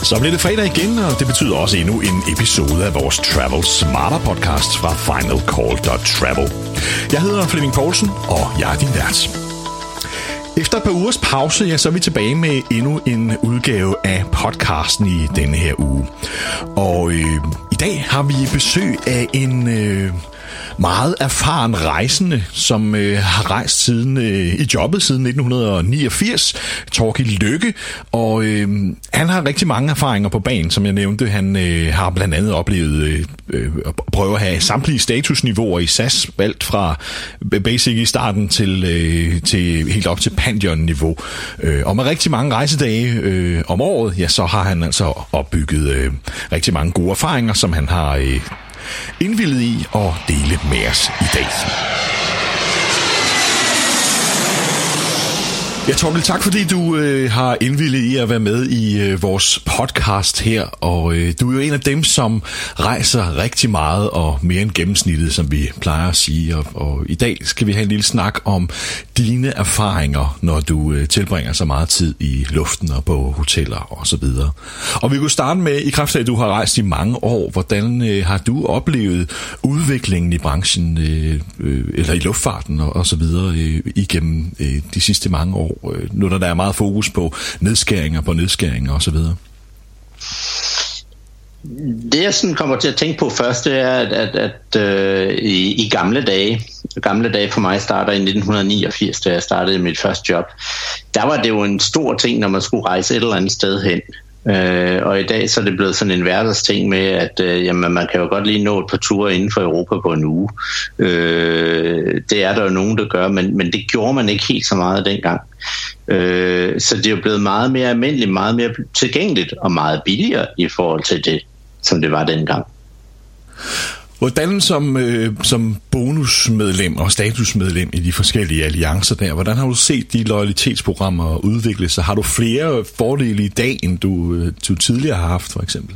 Så bliver det fredag igen, og det betyder også endnu en episode af vores Travel Smarter podcast fra finalcall.travel. Jeg hedder Flemming Poulsen, og jeg er din vært. Efter et par ugers pause, ja, så er vi tilbage med endnu en udgave af podcasten i denne her uge. Og i dag har vi besøg af en meget erfaren rejsende, som har rejst siden i jobbet siden 1989, Torkild Lykke, og han har rigtig mange erfaringer på banen, som jeg nævnte. Han har blandt andet oplevet prøve at have samtlige statusniveauer i SAS, alt fra basic i starten til helt op til Pandion-niveau. Og med rigtig mange rejsedage om året, ja, så har han altså opbygget rigtig mange gode erfaringer, som han har indvillet i at dele med os i dag. Ja, Torkild, tak fordi du har indvillet i at være med i vores podcast her, og du er jo en af dem, som rejser rigtig meget og mere end gennemsnittet, som vi plejer at sige, og i dag skal vi have en lille snak om dine erfaringer, når du tilbringer så meget tid i luften og på hoteller og så videre. Og vi kunne starte med, i kraft af at du har rejst i mange år, hvordan har du oplevet udviklingen i branchen, eller i luftfarten og så videre igennem de sidste mange år? Nu der er meget fokus på nedskæringer og så videre. Det jeg sådan kommer til at tænke på først, det er, at i gamle dage for mig starter i 1989, da jeg startede mit første job, der var det jo en stor ting, når man skulle rejse et eller andet sted hen. Og i dag så er det blevet sådan en hverdagsting med, at jamen, man kan jo godt lige nå et par ture inden for Europa på en uge. Det er der jo nogen, der gør, men det gjorde man ikke helt så meget dengang. Så det er jo blevet meget mere almindeligt, meget mere tilgængeligt og meget billigere i forhold til det, som det var dengang. Hvordan som bonusmedlem og statusmedlem i de forskellige alliancer der, hvordan har du set de loyalitetsprogrammer udvikle sig? Har du flere fordele i dag, end du tidligere har haft, for eksempel?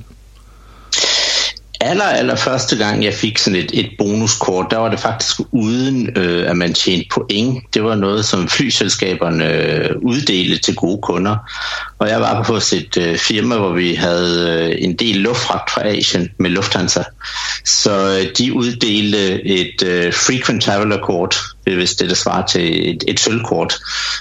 Aller første gang jeg fik sådan et bonuskort, der var det faktisk uden at man tjente point. Det var noget, som flyselskaberne uddelte til gode kunder. Og jeg var på et firma, hvor vi havde en del luftfragt fra Asien med Lufthansa. Så de uddelte et frequent traveler kort, hvis det svarer til et sølvkort,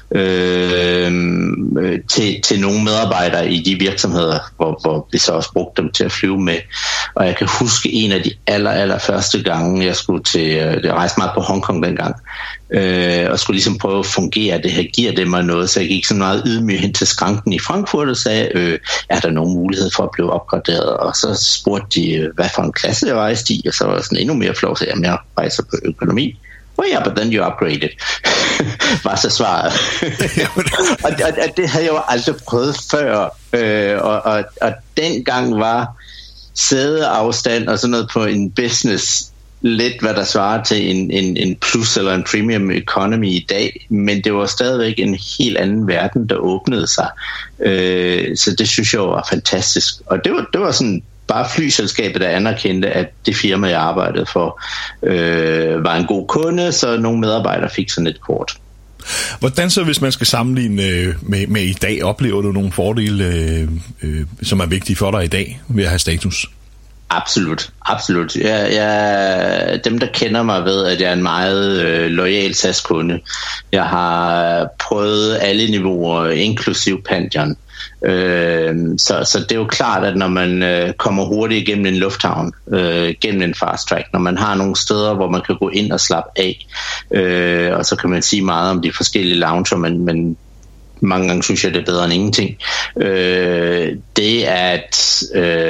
til nogle medarbejdere i de virksomheder, hvor vi så også brugte dem til at flyve med. Og jeg kan huske en af de aller første gange, jeg skulle jeg rejste meget på Hongkong dengang, og skulle ligesom prøve at fungere, det her giver det mig noget, så jeg gik så meget ydmyg hen til skranken i Frankfurt og sagde, er der nogen mulighed for at blive opgraderet? Og så spurgte de, hvad for en klasse jeg rejste i, og så var jeg sådan endnu mere flov, så jeg rejser på økonomi. Oh yeah, but then you upgraded. Var så svaret. og det havde jeg jo aldrig prøvet før. Og dengang var sædeafstand og sådan noget på en business lidt, hvad der svarer til en plus eller en premium economy i dag, men det var stadigvæk en helt anden verden, der åbnede sig. Så det synes jeg var fantastisk. Og det var sådan bare flyselskabet, der anerkendte, at det firma, jeg arbejdede for, var en god kunde, så nogle medarbejdere fik sådan et kort. Hvordan så, hvis man skal sammenligne med i dag, oplever du nogle fordele, som er vigtige for dig i dag ved at have status? Absolut. Dem, der kender mig, ved, at jeg er en meget loyal SAS-kunde. Jeg har prøvet alle niveauer, inklusiv Pandion. Så det er jo klart, at når man kommer hurtigt igennem en lufthavn, gennem en fast track, når man har nogle steder, hvor man kan gå ind og slappe af, og så kan man sige meget om de forskellige lounger, men mange gange synes jeg, det er bedre end ingenting. Det at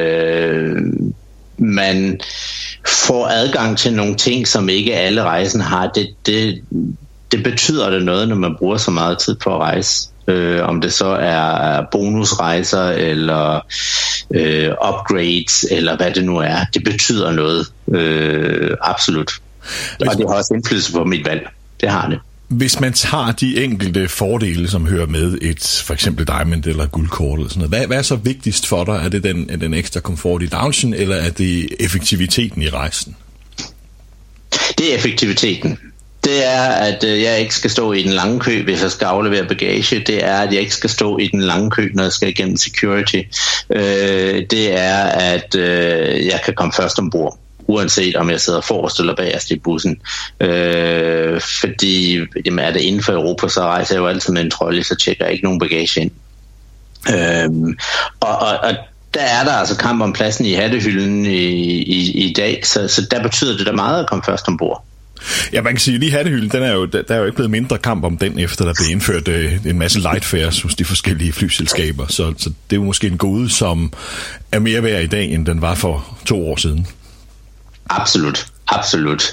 man får adgang til nogle ting, som ikke alle rejsen har, det betyder det noget, når man bruger så meget tid på at rejse. Om det så er bonusrejser eller upgrades eller hvad det nu er, det betyder noget, absolut. Og det har også indflydelse på mit valg. Det har det. Hvis man tager de enkelte fordele, som hører med et for eksempel diamond eller guldkort eller sådan noget, hvad er så vigtigst for dig? Er det den ekstra komfort i loungen, eller er det effektiviteten i rejsen? Det er effektiviteten. det er, at jeg ikke skal stå i den lange kø, hvis jeg skal aflevere bagage. Det er, at jeg ikke skal stå i den lange kø, når jeg skal igennem security. Det er, at jeg kan komme først ombord, uanset om jeg sidder forrest eller bagerst i bussen. Fordi jamen, er det inden for Europa, så rejser jeg jo altid med en trolley, så tjekker jeg ikke nogen bagage ind. Og der er der altså kamp om pladsen i hattehylden i dag, så der betyder det da meget at komme først ombord. Ja, man kan sige, at lige hattehylden, der er jo ikke blevet mindre kamp om den, efter der blev indført en masse light fares hos de forskellige flyselskaber. Så det er jo måske en gode, som er mere værd i dag, end den var for 2 år siden. Absolut.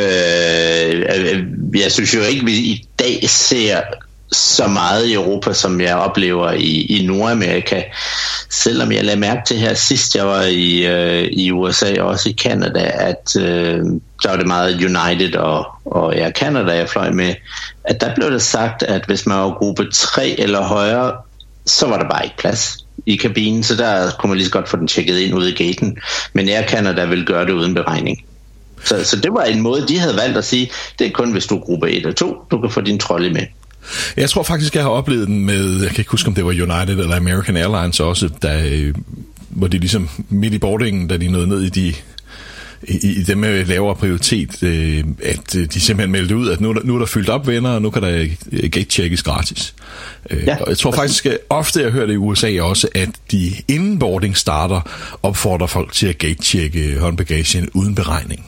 Jeg synes jo ikke, vi i dag ser så meget i Europa, som jeg oplever i Nordamerika. Selvom jeg lagde mærke til her sidst, jeg var i USA og også i Canada, at der var det meget United og Air Canada, jeg fløj med, at der blev det sagt, at hvis man var gruppe 3 eller højere, så var der bare ikke plads i kabinen, så der kunne man lige så godt få den tjekket ind ude i gaten. Men Air Canada ville gøre det uden beregning. Så det var en måde, de havde valgt at sige, det er kun hvis du er gruppe 1 og 2, du kan få din trolley med. Jeg tror faktisk, jeg har oplevet den med, jeg kan ikke huske, om det var United eller American Airlines også, hvor de ligesom midt i boardingen, da de nåede ned i dem med lavere prioritet, at de simpelthen meldte ud, at nu er der fyldt op, venner, og nu kan der gate-checkes gratis. Ja. Og jeg tror faktisk, at ofte jeg hører det i USA også, at de inden boarding starter, opfordrer folk til at gate-checke håndbagagen uden beregning.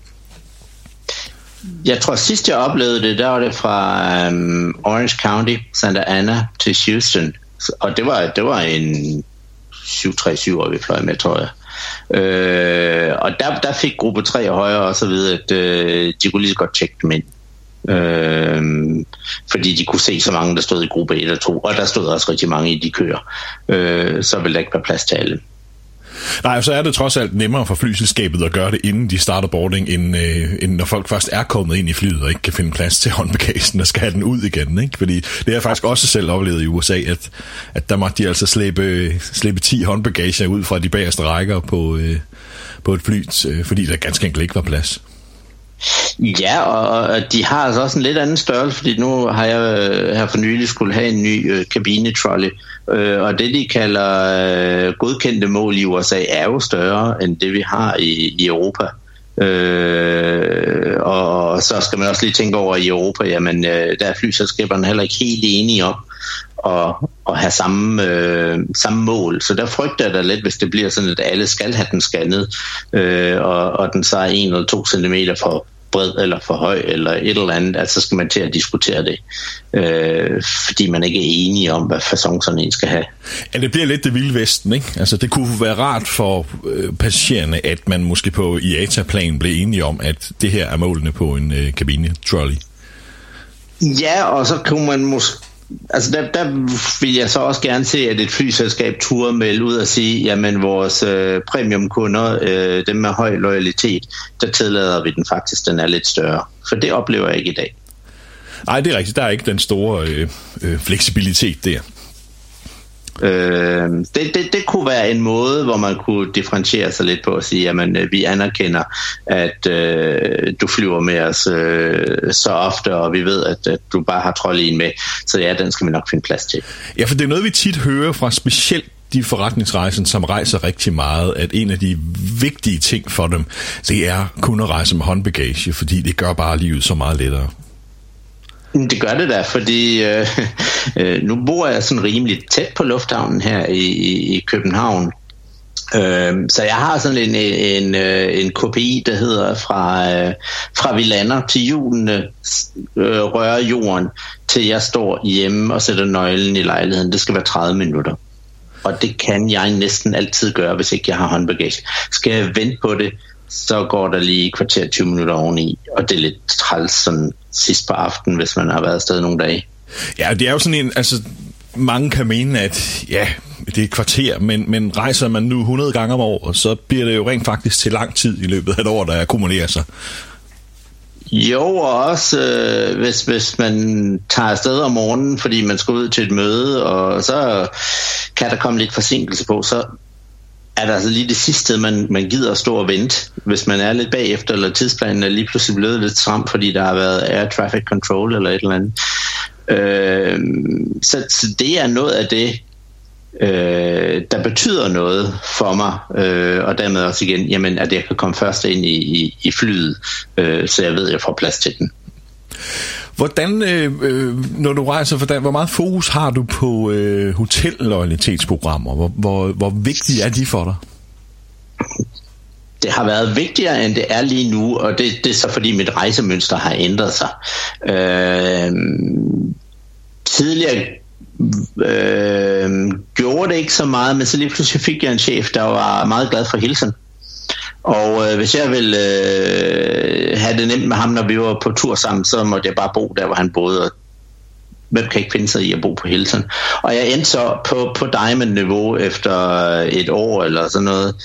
Jeg tror sidst jeg oplevede det, der var det fra Orange County, Santa Ana til Houston, og det var en 737, vi fløj med, tror jeg. Og der fik gruppe 3 og højere også at vide, at de kunne lige så godt tjekke dem ind. Fordi de kunne se så mange, der stod i gruppe 1 og 2, og der stod også rigtig mange i de køer. Så ville der ikke være plads til alle. Nej, så er det trods alt nemmere for flyselskabet at gøre det, inden de starter boarding, end når folk først er kommet ind i flyet og ikke kan finde plads til håndbagagen og skal have den ud igen, ikke? Fordi det har jeg faktisk også selv oplevet i USA, at der måtte de altså slæbe 10 håndbagager ud fra de bagerste rækker på et fly, fordi der ganske enkelt ikke var plads. Ja, og de har altså også en lidt anden størrelse, fordi nu har jeg her for nylig skulle have en ny kabinetrolley, og det de kalder godkendte mål i USA er jo større end det vi har i Europa. Og så skal man også lige tænke over i Europa, jamen der er flyselskaberne heller ikke helt enige om at have samme mål. Så der frygter jeg da lidt, hvis det bliver sådan, at alle skal have den scannet, og den så er 1 eller 2 centimeter for bred eller for høj eller et eller andet, altså skal man til at diskutere det, fordi man ikke er enige om, hvad facon sådan en skal have. Ja, det bliver lidt det vilde vesten, ikke? Altså det kunne være rart for passagererne, at man måske på IATA-plan blev enige om, at det her er målene på en kabine-trolley. Ja, og så kunne man måske altså der vil jeg så også gerne se, at et flyselskab turde melde ud og sige, jamen vores premiumkunder, dem med høj loyalitet, der tillader vi den faktisk, den er lidt større. For det oplever jeg ikke i dag. Nej, det er rigtigt. Der er ikke den store fleksibilitet der. Det kunne være en måde, hvor man kunne differentiere sig lidt på at sige, jamen vi anerkender, at du flyver med os så ofte, og vi ved, at du bare har trolleyen med, så ja, den skal vi nok finde plads til. Ja, for det er noget, vi tit hører fra specielt de forretningsrejsen, som rejser rigtig meget, at en af de vigtige ting for dem, det er kun at rejse med håndbagage, fordi det gør bare livet så meget lettere. Det gør det da, fordi nu bor jeg sådan rimelig tæt på lufthavnen her i København. Så jeg har sådan en KPI, der hedder fra vi lander til hjulene rører jorden, til jeg står hjemme og sætter nøglen i lejligheden. Det skal være 30 minutter. Og det kan jeg næsten altid gøre, hvis ikke jeg har håndbagage. Skal jeg vente på det, så går der lige kvarter 20 minutter oveni, og det er lidt træls sådan sidst på aftenen, hvis man har været afsted nogle dage. Ja, det er jo sådan en, altså mange kan mene, at ja, det er et kvarter, men rejser man nu 100 gange om året, så bliver det jo rent faktisk til lang tid i løbet af et år, der akkumulerer sig. Jo, og også hvis man tager afsted om morgenen, fordi man skal ud til et møde, og så kan der komme lidt forsinkelse på, så er der altså lige det sidste sted, man gider at stå og vente, hvis man er lidt bagefter, eller tidsplanen er lige pludselig blevet lidt stram, fordi der har været air traffic control eller et eller andet. Så det er noget af det, der betyder noget for mig, og dermed også igen, jamen, at jeg kan komme først ind i flyet, så jeg ved, at jeg får plads til den. Hvordan, når du rejser, hvor meget fokus har du på hotelloyalitetsprogrammer? Hvor vigtige er de for dig? Det har været vigtigere, end det er lige nu, og det er så fordi mit rejsemønster har ændret sig. Tidligere gjorde det ikke så meget, men så lige pludselig fik jeg en chef, der var meget glad for Hilton. Og hvis jeg ville have det nemt med ham, når vi var på tur sammen, så måtte jeg bare bo der, hvor han boede. Og hvem kan ikke finde sig i at bo på Hilton? Og jeg endte så på Diamond-niveau efter et år eller sådan noget.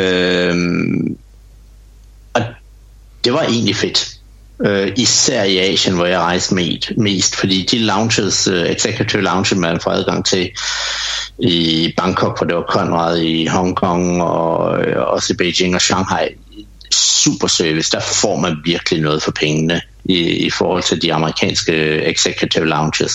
Og det var egentlig fedt. Især i Asien, hvor jeg rejste mest, fordi de lounges, executive lounge, man får adgang til i Bangkok, hvor det var Conrad, i Hongkong og også i Beijing og Shanghai, super service, der får man virkelig noget for pengene i forhold til de amerikanske executive lounges.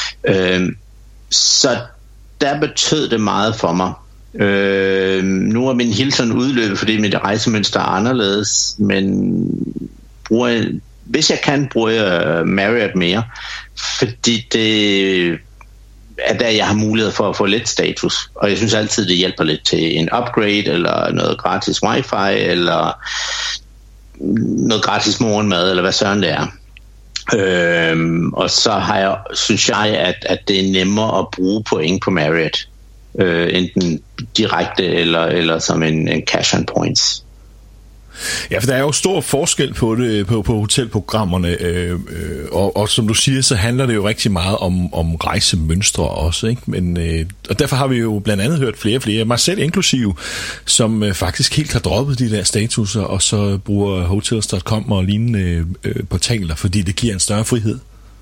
Så der betød det meget for mig. Nu er min Hilton udløbet, fordi mit rejsemønster er anderledes, men hvis jeg kan, bruger jeg Marriott mere, fordi det er der, jeg har mulighed for at få lidt status, og jeg synes altid, det hjælper lidt til en upgrade, eller noget gratis wifi, eller noget gratis morgenmad, eller hvad søren det er. Og så synes jeg, at det er nemmere at bruge point på Marriott, enten direkte, eller som en cash on points. Ja, for der er jo stor forskel på det på hotelprogrammerne, og som du siger, så handler det jo rigtig meget om rejsemønstre også, ikke? Men og derfor har vi jo blandt andet hørt flere, mig selv inklusive, som faktisk helt har droppet de der statuser, og så bruger hotels.com og lignende portaler, fordi det giver en større frihed.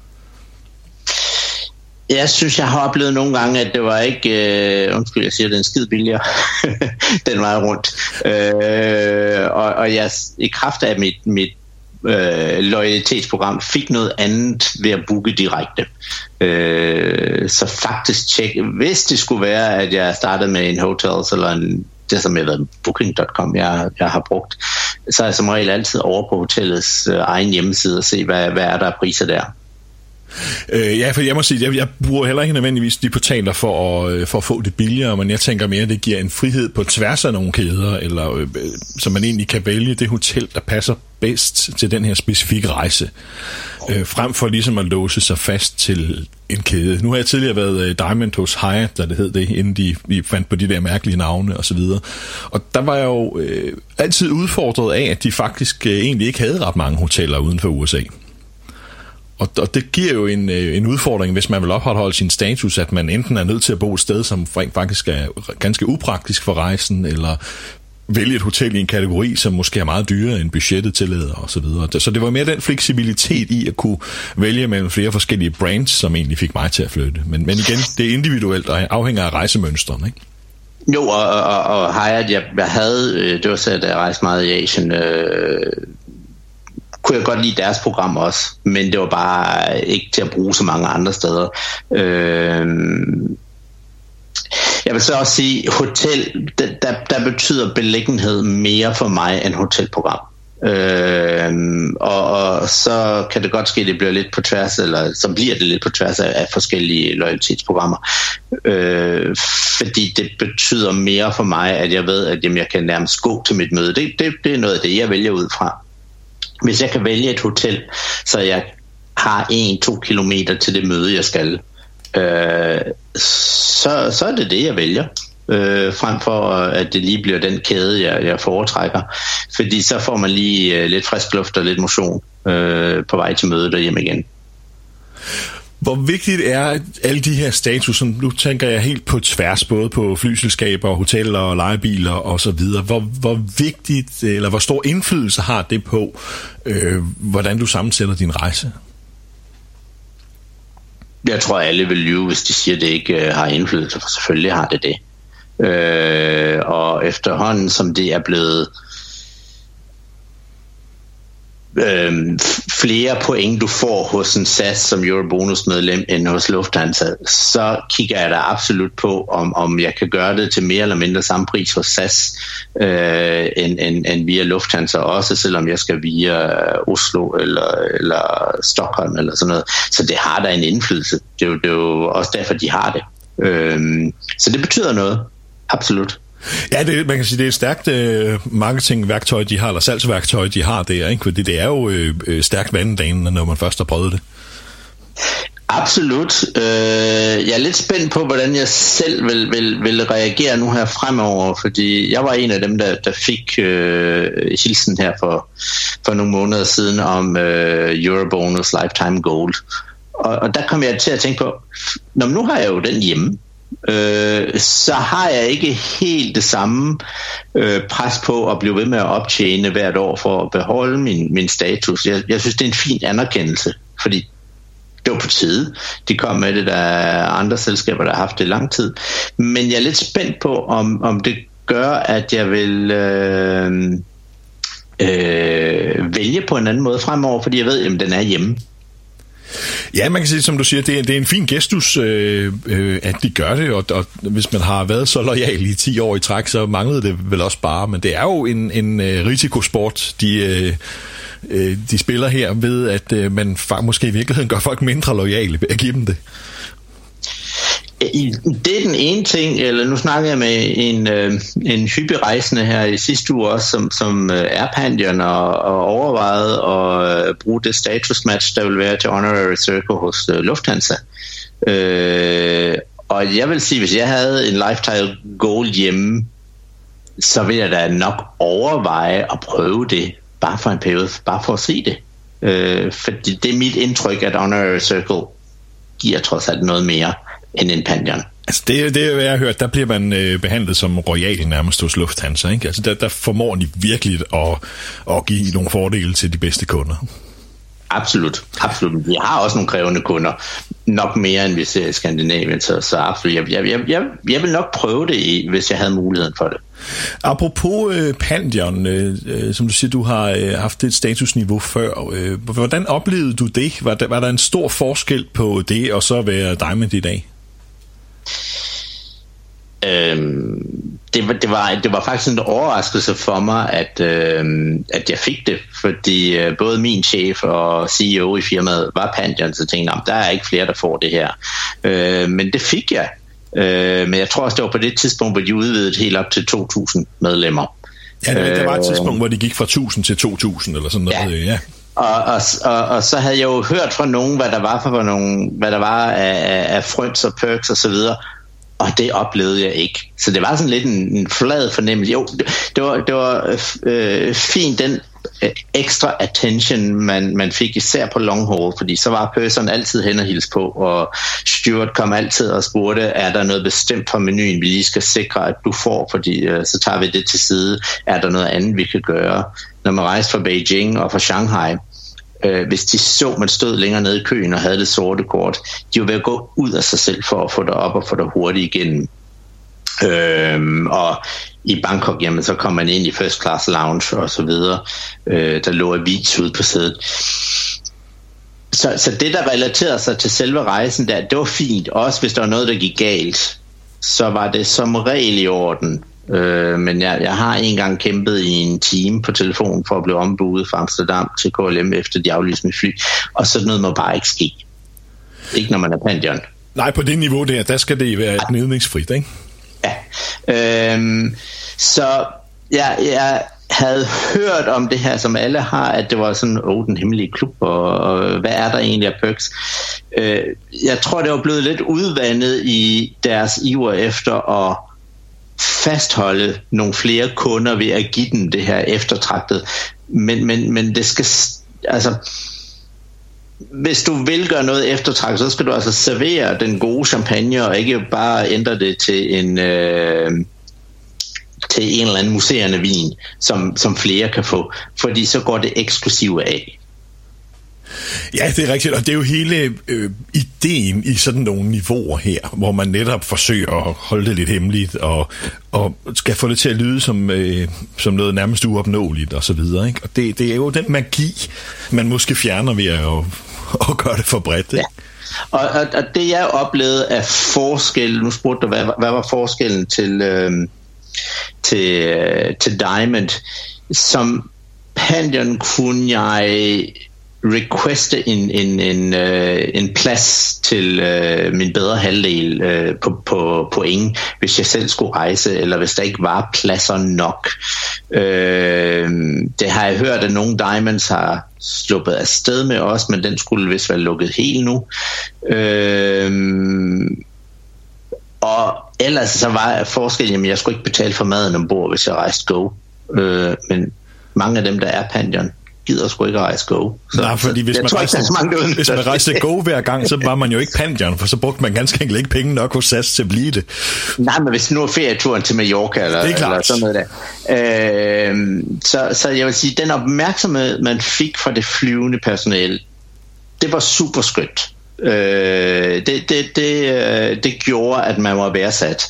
Jeg synes, jeg har oplevet nogle gange, at det var ikke, undskyld, jeg siger, det er en skid billigere, den vej rundt. Og jeg, i kraft af mit loyalitetsprogram, fik noget andet ved at booke direkte. Så faktisk hvis det skulle være, at jeg startede med en hotels, eller det som jeg ved, booking.com, jeg har brugt, så er jeg som regel altid over på hotellets egen hjemmeside og se, hvad er der af priser der. Ja, for jeg må sige, jeg bruger heller ikke nødvendigvis de portaler for at få det billigere, men jeg tænker mere, at det giver en frihed på tværs af nogle kæder, eller så man egentlig kan vælge det hotel, der passer bedst til den her specifikke rejse, frem for ligesom at låse sig fast til en kæde. Nu har jeg tidligere været Diamond hos Hyatt, der det hed det, inden de fandt på de der mærkelige navne og så videre. Og der var jeg jo altid udfordret af, at de faktisk egentlig ikke havde ret mange hoteller uden for USA. Og det giver jo en udfordring, hvis man vil opretholde sin status, at man enten er nødt til at bo et sted, som faktisk er ganske upraktisk for rejsen, eller vælge et hotel i en kategori, som måske er meget dyrere end budgettet tillader og så videre. Så det var mere den fleksibilitet i at kunne vælge mellem flere forskellige brands, som egentlig fik mig til at flytte. Men igen, det er individuelt og afhænger af rejsemønsterne, ikke? Jo, og Hyatt, jeg havde, det var så, da jeg rejste meget i Asien, kunne jeg godt lide deres program også, men det var bare ikke til at bruge så mange andre steder. Jeg vil så også sige, hotel, der betyder beliggenhed mere for mig end hotelprogram. Og så kan det godt ske, at det bliver lidt på tværs, eller så bliver det lidt på tværs af forskellige loyalitetsprogrammer. Fordi det betyder mere for mig, at jeg ved, at jeg kan nærmest gå til mit møde. Det er noget af det, jeg vælger ud fra. Hvis jeg kan vælge et hotel, så jeg har 1-2 kilometer til det møde, jeg skal, så er det, jeg vælger. Frem for, at det lige bliver den kæde, jeg foretrækker. Fordi så får man lige lidt frisk luft og lidt motion på vej til mødet og hjem igen. Hvor vigtigt er alle de her statuser? Nu tænker jeg helt på tværs, både på flyselskaber, hoteller og lejebiler og så videre. Hvor vigtigt, eller hvor stor indflydelse har det på, hvordan du sammensætter din rejse? Jeg tror, alle vil lyve, hvis de siger, at det ikke har indflydelse, for selvfølgelig har det det. Og efterhånden som det er blevet flere point du får hos en SAS som Eurobonus-medlem end hos Lufthansa, så kigger jeg da absolut på, om jeg kan gøre det til mere eller mindre samme pris hos SAS end via Lufthansa, også selvom jeg skal via Oslo eller Stockholm eller sådan noget. Så det har da en indflydelse. Det er jo også derfor, de har det. Så det betyder noget. Absolut. Ja, man kan sige, det er et stærkt marketingværktøj, de har, eller salgsværktøj, de har der, ikke? Fordi det er jo stærkt vanedagene, når man først har prøvet det. Absolut. Jeg er lidt spændt på, hvordan jeg selv vil reagere nu her fremover, fordi jeg var en af dem, der fik hilsen her for nogle måneder siden om Eurobonus Lifetime Gold. Og der kom jeg til at tænke på, nu har jeg jo den hjemme. Så har jeg ikke helt det samme pres på at blive ved med at optjene hvert år for at beholde min status. Jeg synes, det er en fin anerkendelse, fordi det var på tide. De kom med det, der er andre selskaber, der har haft det i lang tid. Men jeg er lidt spændt på, om det gør, at jeg vil vælge på en anden måde fremover, fordi jeg ved, at den er hjemme. Ja, man kan sige, som du siger, det er en fin gestus, at de gør det, og hvis man har været så lojal i 10 år i træk, så manglede det vel også bare, men det er jo en risikosport, de spiller her ved, at man måske i virkeligheden gør folk mindre lojale ved at give dem det. Det er den ene ting, eller nu snakker jeg med en hyppig rejsende her i sidste uge også, som er Pandion og overvejede at bruge det statusmatch, der vil være til Honorary Circle hos Lufthansa. Og jeg vil sige, hvis jeg havde en Lifetime Gold hjemme, så vil jeg da nok overveje at prøve det, bare for en periode, bare for at se det. Fordi det er mit indtryk, at Honorary Circle giver trods alt noget mere end en Pandion. Altså det jeg har hørt, der bliver man behandlet som royal nærmest hos Lufthansa, ikke? Altså der formår de virkelig at give nogle fordele til de bedste kunder. Absolut. Vi har også nogle krævende kunder, nok mere end vi ser i Skandinavien, så absolut. Jeg vil nok prøve det, hvis jeg havde muligheden for det. Apropos Pandion, som du siger, du har haft et statusniveau før. Hvordan oplevede du det? Var der en stor forskel på det og så være Diamond i dag? Det var faktisk en overraskelse for mig, at jeg fik det, fordi både min chef og CEO i firmaet var Pandion, så tænkte jeg, der er ikke flere, der får det her. Men det fik jeg. Men jeg tror også, det var på det tidspunkt, hvor de udvidede helt op til 2.000 medlemmer. Ja, der var et tidspunkt, hvor de gik fra 1.000 til 2.000 eller sådan noget. Ja. Og så havde jeg jo hørt fra nogen, hvad der var af frynts og perks og så videre, og det oplevede jeg ikke. Så det var sådan lidt en flad fornemmelse. Jo, det var fint, den ekstra attention, man fik især på long haul, fordi så var person altid hen og hilse på, og Stuart kom altid og spurgte, er der noget bestemt fra menuen, vi lige skal sikre, at du får, fordi så tager vi det til side. Er der noget andet, vi kan gøre? Når man rejste fra Beijing og fra Shanghai, hvis de så, man stod længere nede i køen og havde det sorte kort, de var ved at gå ud af sig selv for at få det op og få det hurtigt igennem. Og i Bangkok, jamen, så kom man ind i first class lounge og så videre. Der lå avis ude på sædet. Så det, der relaterede sig til selve rejsen der, det var fint. Også hvis der var noget, der gik galt, så var det som regel i orden. Men jeg har engang kæmpet i en time på telefon for at blive ombudet fra Amsterdam til KLM efter de aflyste mit fly. Og sådan noget må bare ikke ske. Ikke når man er Pandion. Nej, på det niveau der skal det være gnidningsfrit, ikke? Ja. Så jeg havde hørt om det her, som alle har, at det var sådan, den hemmelige klub, og hvad er der egentlig af perks? Jeg tror, det var blevet lidt udvandet i deres iver efter at fastholde nogle flere kunder ved at give dem det her eftertragtet. Men det skal, altså, hvis du vil gøre noget eftertragtet, så skal du altså servere den gode champagne, og ikke bare ændre det til en eller anden museerne vin, som flere kan få, fordi så går det eksklusive af. Ja, det er rigtigt, og det er jo hele ideen i sådan nogle niveauer her, hvor man netop forsøger at holde det lidt hemmeligt, og skal få det til at lyde som noget nærmest uopnåeligt og så videre, ikke? Og det er jo den magi, man måske fjerner ved at gøre det for bredt, ikke? Ja. Og det jeg oplevede af forskel, nu spurgte du, hvad var forskellen til Diamond, som Pandion kunne jeg requeste en plads til min bedre halvdel på point, hvis jeg selv skulle rejse, eller hvis der ikke var pladser nok. Det har jeg hørt, at nogle Diamonds har sluppet afsted med os, men den skulle vist være lukket helt nu. Og ellers så var forskellen, jamen jeg skulle ikke betale for maden ombord, hvis jeg rejste Go. Men mange af dem, der er Pandion, gider sgu ikke rejse Go. Nej, fordi hvis man rejste Go hver gang, så var man jo ikke Pandion, for så brugte man ganske enkelt ikke penge nok hos SAS til at blive det. Nej, men hvis nu er ferieturen til Mallorca eller sådan noget der. Så jeg vil sige, den opmærksomhed, man fik fra det flyvende personale, det var super skønt. Det gjorde, at man var værdsat,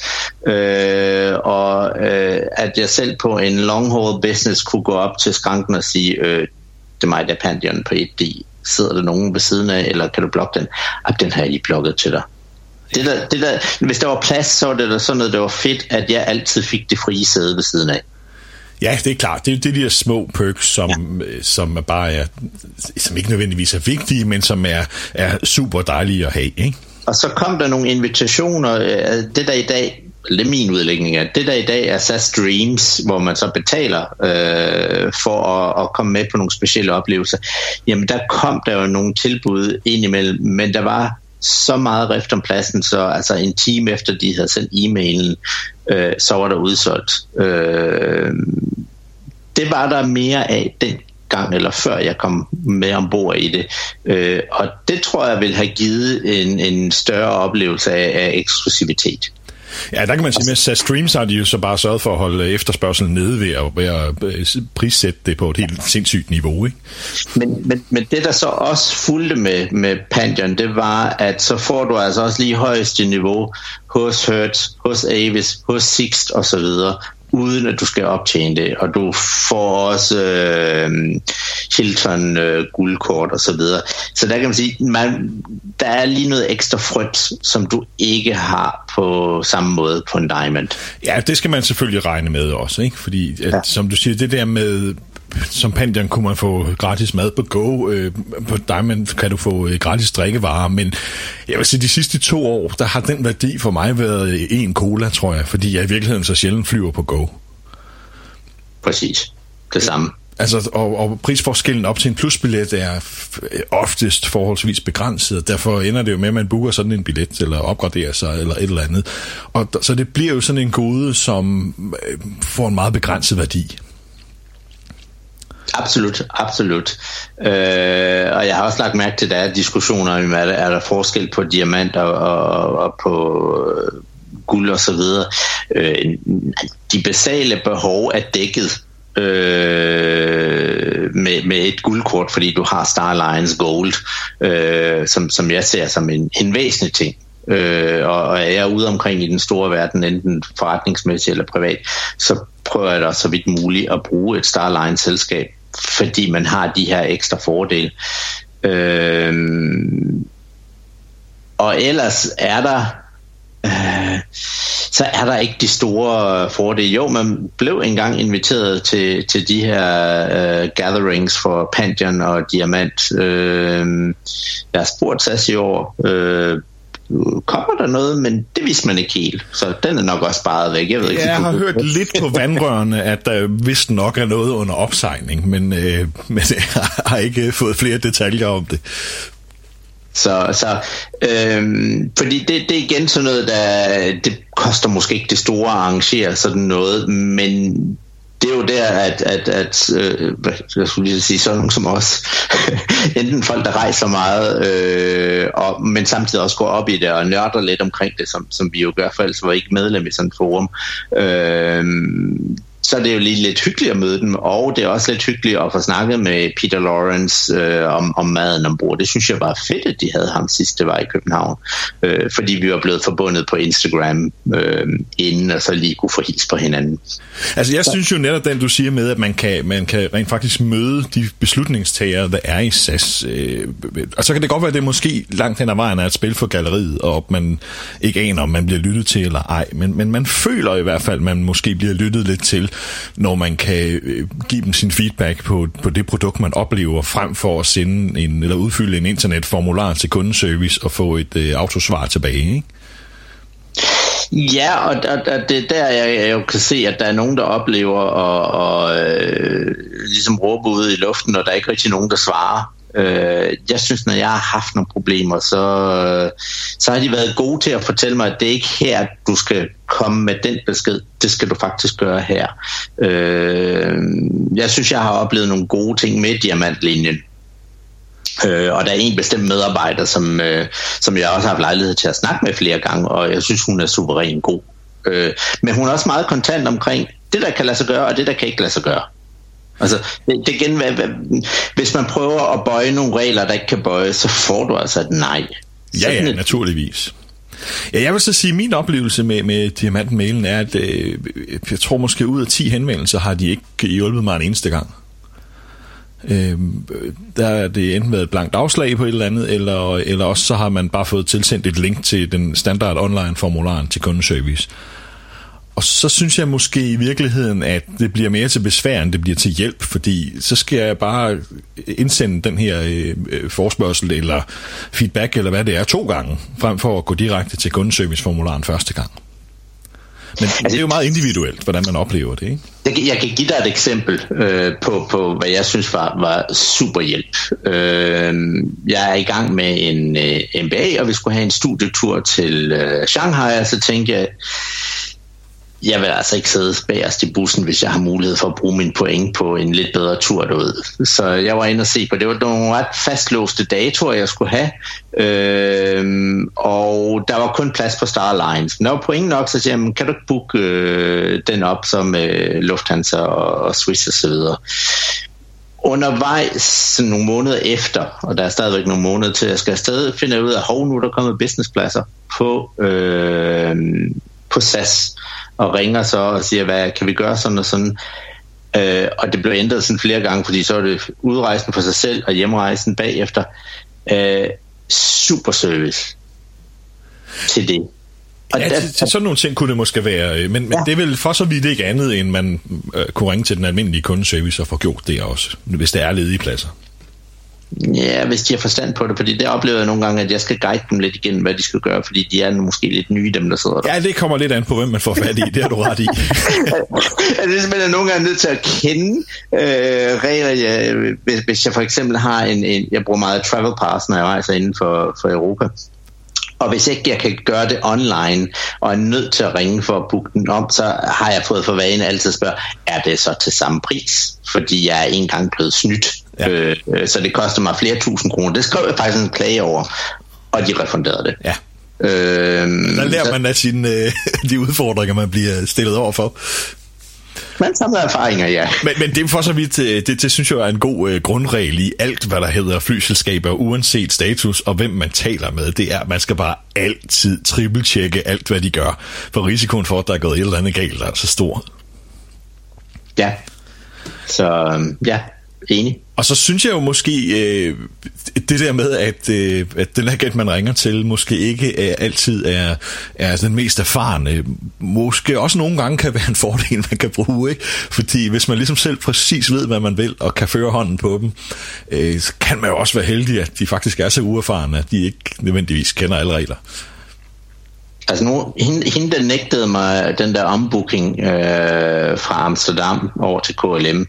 og at jeg selv på en long haul business kunne gå op til skranken og sige, det er mig, der er Pandion på 1D, sidder der nogen ved siden af, eller kan du blokke den? Den har jeg lige blokket til dig. Det der, hvis der var plads, så var det der sådan noget, der var fedt, at jeg altid fik det frie sæde ved siden af. Ja, det er klart. Det er de der små perks, som bare er, som ikke nødvendigvis er vigtige, men som er super dejlige at have, ikke? Og så kom der nogle invitationer. Det der i dag, det er min udlægning af, det der i dag er SAS Dreams, hvor man så betaler for at komme med på nogle specielle oplevelser. Jamen der kom der jo nogle tilbud indimellem, men der var så meget rift om pladsen, så altså en time efter de havde sendt e-mailen, så var der udsolgt. Det var der mere af den gang, eller før jeg kom med ombord i det. Og det tror jeg vil have givet en større oplevelse af eksklusivitet. Ja, der kan man sige, med SAS Streams har de jo så bare sørget for at holde efterspørgselen nede ved at prissætte det på et helt sindssygt niveau, ikke? Men det der så også fulgte med Pandion, det var, at så får du altså også lige højeste niveau hos Hertz, hos Avis, hos Sixt og så videre, uden at du skal optjene det, og du får også Hilton guldkort og så videre. Så der kan man sige, der er lige noget ekstra frygt, som du ikke har på samme måde på en Diamond. Ja, det skal man selvfølgelig regne med også, ikke? Fordi som du siger, det der med, som Pandion kunne man få gratis mad på Go, på Diamond kan du få gratis drikkevarer, men jeg vil sige, de sidste 2 år, der har den værdi for mig været 1 cola, tror jeg, fordi jeg i virkeligheden så sjældent flyver på Go. Præcis, det samme. Altså, og prisforskellen op til en plusbillet er oftest forholdsvis begrænset, og derfor ender det jo med, at man booker sådan en billet, eller opgraderer sig, eller et eller andet. Og så det bliver jo sådan en gode, som får en meget begrænset værdi. Absolut. Og jeg har også lagt mærke til, at der er diskussioner om, er der forskel på diamant og på guld og så videre. De basale behov er dækket med et guldkort, fordi du har Star Alliance Gold, som jeg ser som en væsentlig ting. Og jeg er ude omkring i den store verden, enten forretningsmæssigt eller privat, så prøver jeg da så vidt muligt at bruge et Star Alliance selskab, fordi man har de her ekstra fordele. Og ellers er der så er der ikke de store fordele. Jo, man blev engang inviteret til de her gatherings for Pandion og Diamant. Jeg har spurgt SAS i år, kommer der noget, men det vidste man ikke helt, så den er nok også sparet væk. Jeg har hørt lidt på vandrørene, at der vist nok er noget under opsejling, men jeg har ikke fået flere detaljer om det. Fordi det er igen sådan noget, det koster måske ikke det store at arrangere sådan noget, men det er jo der, at jeg skulle lige sige, sådan nogen som os, enten folk, der rejser meget, men samtidig også går op i det og nørder lidt omkring det, som vi jo gør, for ellers var ikke medlem i sådan et forum. så er det jo lige lidt hyggeligt at møde dem, og det er også lidt hyggeligt at få snakket med Peter Lawrence om maden ombord. Det synes jeg var fedt, at de havde ham sidst, det var i København, fordi vi var blevet forbundet på Instagram inden, og så lige kunne få hils på hinanden. Altså jeg synes jo netop den, du siger med, at man kan rent faktisk møde de beslutningstagere, der er i SAS. Og så kan det godt være, at det måske langt hen ad vejen er et spil for galleriet, og man ikke aner, om man bliver lyttet til eller ej, men man føler i hvert fald, at man måske bliver lyttet lidt til, når man kan give dem sin feedback på det produkt, man oplever, frem for at sende eller udfylde en internetformular til kundeservice og få et autosvar tilbage, ikke? Ja, og det der jeg jo kan se, at der er nogen, der oplever at ligesom råbe ud i luften, og der er ikke rigtig nogen, der svarer. Jeg synes, når jeg har haft nogle problemer, så har de været gode til at fortælle mig, at det er ikke her, du skal komme med den besked. Det skal du faktisk gøre her. Jeg synes, jeg har oplevet nogle gode ting med Diamantlinjen. Og der er en bestemt medarbejder, som jeg også har haft lejlighed til at snakke med flere gange, og jeg synes, hun er suveræn god. Men hun er også meget kontant omkring det, der kan lade sig gøre, og det, der kan ikke lade sig gøre. Altså, det igen, hvis man prøver at bøje nogle regler, der ikke kan bøje, så får du altså et nej. Ja, naturligvis. Ja, jeg vil så sige, at min oplevelse med Diamantmailen er, at jeg tror måske ud af 10 henvendelser har de ikke hjulpet mig en eneste gang. Der er det enten været et blankt afslag på et eller andet, eller også så har man bare fået tilsendt et link til den standard online formularen til kundeservice. Og så synes jeg måske i virkeligheden, at det bliver mere til besvær, end det bliver til hjælp, fordi så skal jeg bare indsende den her forespørgsel eller feedback, eller hvad det er, 2 gange, frem for at gå direkte til kundeserviceformularen første gang. Men det er jo meget individuelt, hvordan man oplever det, ikke? Jeg kan give dig et eksempel på hvad jeg synes var super hjælp. Jeg er i gang med en MBA, og vi skulle have en studietur til Shanghai, og så tænkte jeg vil altså ikke sidde bagerst i bussen, hvis jeg har mulighed for at bruge mine point på en lidt bedre tur derud. Så jeg var inde og se på, det var nogle ret fastlåste datoer, jeg skulle have, og der var kun plads på Star Alliance. Men der var point nok, så siger jeg, kan du ikke booke den op som Lufthansa og Swiss og så videre. Undervejs nogle måneder efter, og der er stadigvæk nogle måneder til, jeg skal afsted, finder jeg ud af, at nu er der kommet businesspladser på SAS, og ringer så og siger, hvad kan vi gøre sådan og sådan. Og det blev ændret sådan flere gange, fordi så er det udrejsen for sig selv og hjemrejsen bagefter. Super service til det. Og ja, til sådan nogle ting kunne det måske være, men det er vel for så vidt ikke andet, end man kunne ringe til den almindelige kundeservice og få gjort det også, hvis der er ledige pladser. Ja, hvis de har forstand på det, fordi det oplever jeg nogle gange, at jeg skal guide dem lidt igennem, hvad de skal gøre, fordi de er måske lidt nye, dem der sidder der. Ja, det kommer lidt an på, hvem man får fat i, det har du ret i. Det er simpelthen nogle gange nødt til at kende regler. Hvis jeg for eksempel har jeg bruger meget Travel Pass, når jeg rejser inden for Europa. Og hvis ikke jeg kan gøre det online, og er nødt til at ringe for at booke den om, så har jeg fået for vane altid at spørge, er det så til samme pris? Fordi jeg er engang blevet snydt. Ja. Så det koster mig flere tusind kroner. Det skrev jeg faktisk en klage over, og de refunderede det. Ja. Der lærer man af de udfordringer, man bliver stillet over for. Man samler erfaringer, ja. Men det er for så vidt, det synes jeg er en god grundregel i alt, hvad der hedder flyselskaber, uanset status og hvem man taler med. Det er, at man skal bare altid triple-tjekke alt, hvad de gør. For risikoen for, at der er gået et eller andet galt, er så stor. Ja. Så ja, enig. Og så synes jeg jo måske, det der med, at den agent, man ringer til, måske ikke altid er den mest erfarne, måske også nogle gange kan være en fordel, man kan bruge, ikke? Fordi hvis man ligesom selv præcis ved, hvad man vil, og kan føre hånden på dem, så kan man jo også være heldig, at de faktisk er så uerfarne, at de ikke nødvendigvis kender alle regler. Altså hende der nægtede mig den der ombooking fra Amsterdam over til KLM,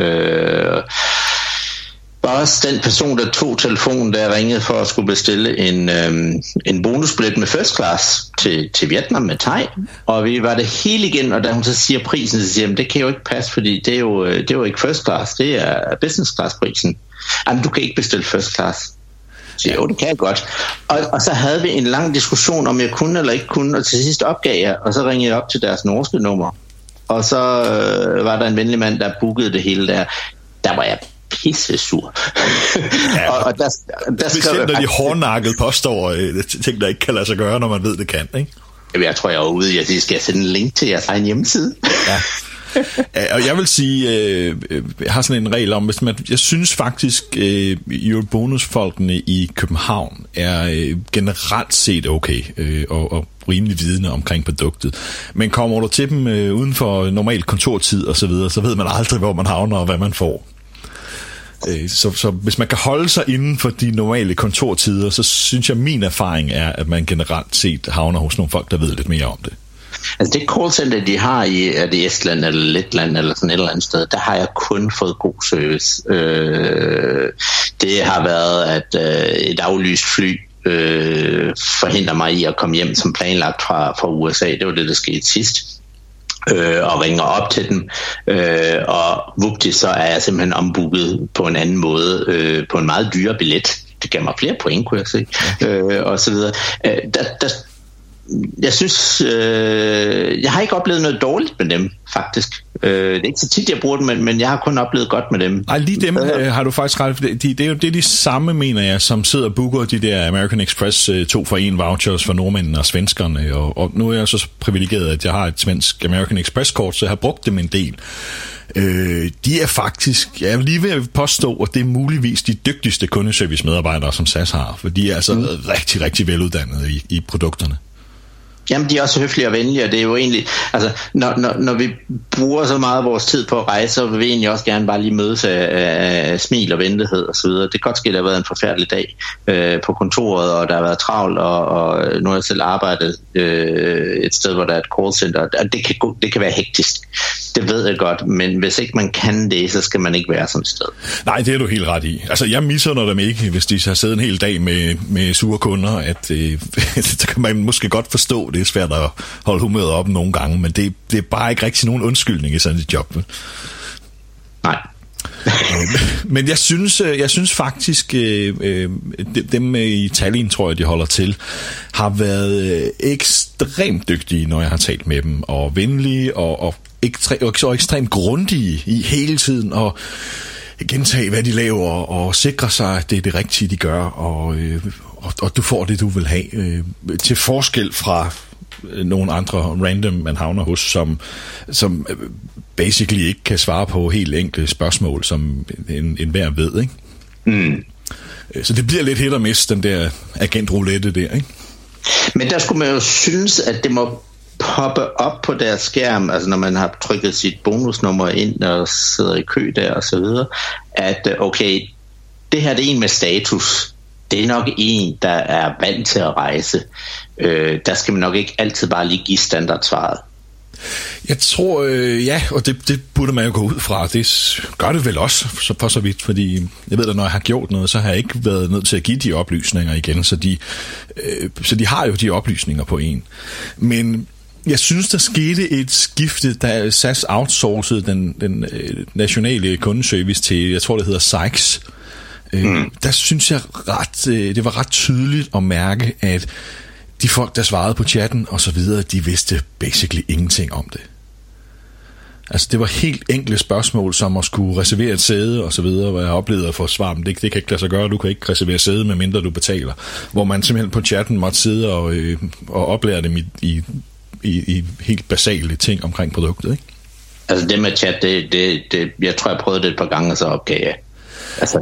også den person, der tog telefonen, der ringede for at skulle bestille en bonusbillet med first class til Vietnam med Thai, og vi var det hele igen, og da hun så siger prisen, så siger hun, det kan jo ikke passe, fordi det er jo ikke first class, det er business class prisen. Jamen, du kan ikke bestille first class. Så jo, det kan jeg godt. Og så havde vi en lang diskussion, om jeg kunne eller ikke kunne, og til sidst opgav jeg, og så ringede jeg op til deres norske nummer. og så var der en venlig mand, der bookede det hele der. Der var jeg pisse sur. Ja, og der specielt når de hårdnakket påstår ting, der ikke kan lade sig gøre, når man ved, det kan, ikke? Jeg tror, jeg er ude. Jeg skal sende en link til jeres egen hjemmeside. Ja. Og jeg vil sige, jeg har sådan en regel om, hvis jeg synes faktisk, Eurobonus-folkene i København er generelt set okay, og rimelig vidende omkring produktet. Men kommer du til dem uden for normal kontortid og så videre, så ved man aldrig, hvor man havner og hvad man får. Så hvis man kan holde sig inden for de normale kontortider, så synes jeg, min erfaring er, at man generelt set havner hos nogle folk, der ved lidt mere om det. Altså det callcenter, de har i Estland eller Letland eller sådan et eller andet sted, der har jeg kun fået god service. Det har været, at et aflyst fly forhindrer mig i at komme hjem som planlagt fra USA. Det var det, der skete sidst. Og ringer op til dem, og vupti, så er jeg simpelthen ombooket på en anden måde, på en meget dyre billet. Det gav mig flere point, kunne jeg se, og så videre. Jeg synes, jeg har ikke oplevet noget dårligt med dem, faktisk. Det er ikke så tit, jeg bruger dem, men jeg har kun oplevet godt med dem. Nej, lige dem har du faktisk ret. Det er jo de samme, mener jeg, som sidder og booker de der American Express 2-for-1 vouchers for nordmændene og svenskerne. Og nu er jeg så privilegeret, at jeg har et svensk American Express-kort, så jeg har brugt dem en del. De er faktisk, jeg er lige ved at påstå, at det er muligvis de dygtigste kundeservice-medarbejdere, som SAS har. For de er altså rigtig, rigtig veluddannede i produkterne. Jamen, de er også høflige og venlige, og det er jo egentlig, altså, når vi bruger så meget af vores tid på at rejse, så vil vi egentlig også gerne bare lige mødes af smil og venlighed og så videre. Det kan godt ske, at det har været en forfærdelig dag på kontoret, og der har været travlt, og nu har jeg selv arbejdet et sted, hvor der er et callcenter, og det kan være hektisk. Det ved jeg godt, men hvis ikke man kan det, så skal man ikke være sådan et sted. Nej, det er du helt ret i. Altså, jeg misunder dem ikke, hvis de har siddet en hel dag med sure kunder, at så kan man måske godt forstå, det er svært at holde humøret op nogle gange, men det er bare ikke rigtig nogen undskyldning i sådan et job. Nej. Men jeg synes faktisk, dem i Tallinn, tror jeg, de holder til, har været ekstremt dygtige, når jeg har talt med dem, og venlige, og ekstremt grundige i hele tiden, og gentage, hvad de laver, og sikre sig, at det er det rigtige, de gør, og du får det, du vil have, til forskel fra nogle andre random, man havner hos, som basically ikke kan svare på helt enkle spørgsmål, som en hver ved, ikke? Mm. Så det bliver lidt hit og miss, den der agentroulette der, ikke? Men der skulle man jo synes, at det må poppe op på deres skærm, altså når man har trykket sit bonusnummer ind og sidder i kø der og så videre, at okay, det her det er en med status. Det er nok en, der er vant til at rejse. Der skal man nok ikke altid bare lige give standardsvaret. Jeg tror, ja, og det burde man jo gå ud fra. Det gør det vel også, for så vidt, fordi jeg ved da, når jeg har gjort noget, så har jeg ikke været nødt til at give de oplysninger igen, så de har jo de oplysninger på en. Men jeg synes, der skete et skifte, da SAS outsourcede den nationale kundeservice til, jeg tror, det hedder Sykes. Der synes jeg det var ret tydeligt at mærke, at de folk, der svarede på chatten og så videre, de vidste basically ingenting om det. Altså det var helt enkle spørgsmål, som at skulle reservere et sæde og så videre, hvor jeg oplevede at få svar, men det kan ikke lade sig gøre, du kan ikke reservere sæde, medmindre du betaler. Hvor man simpelthen på chatten måtte sidde og oplære dem i helt basale ting omkring produktet, ikke? Altså det med chat, det jeg tror, jeg prøvede det et par gange, og så opgav jeg. Altså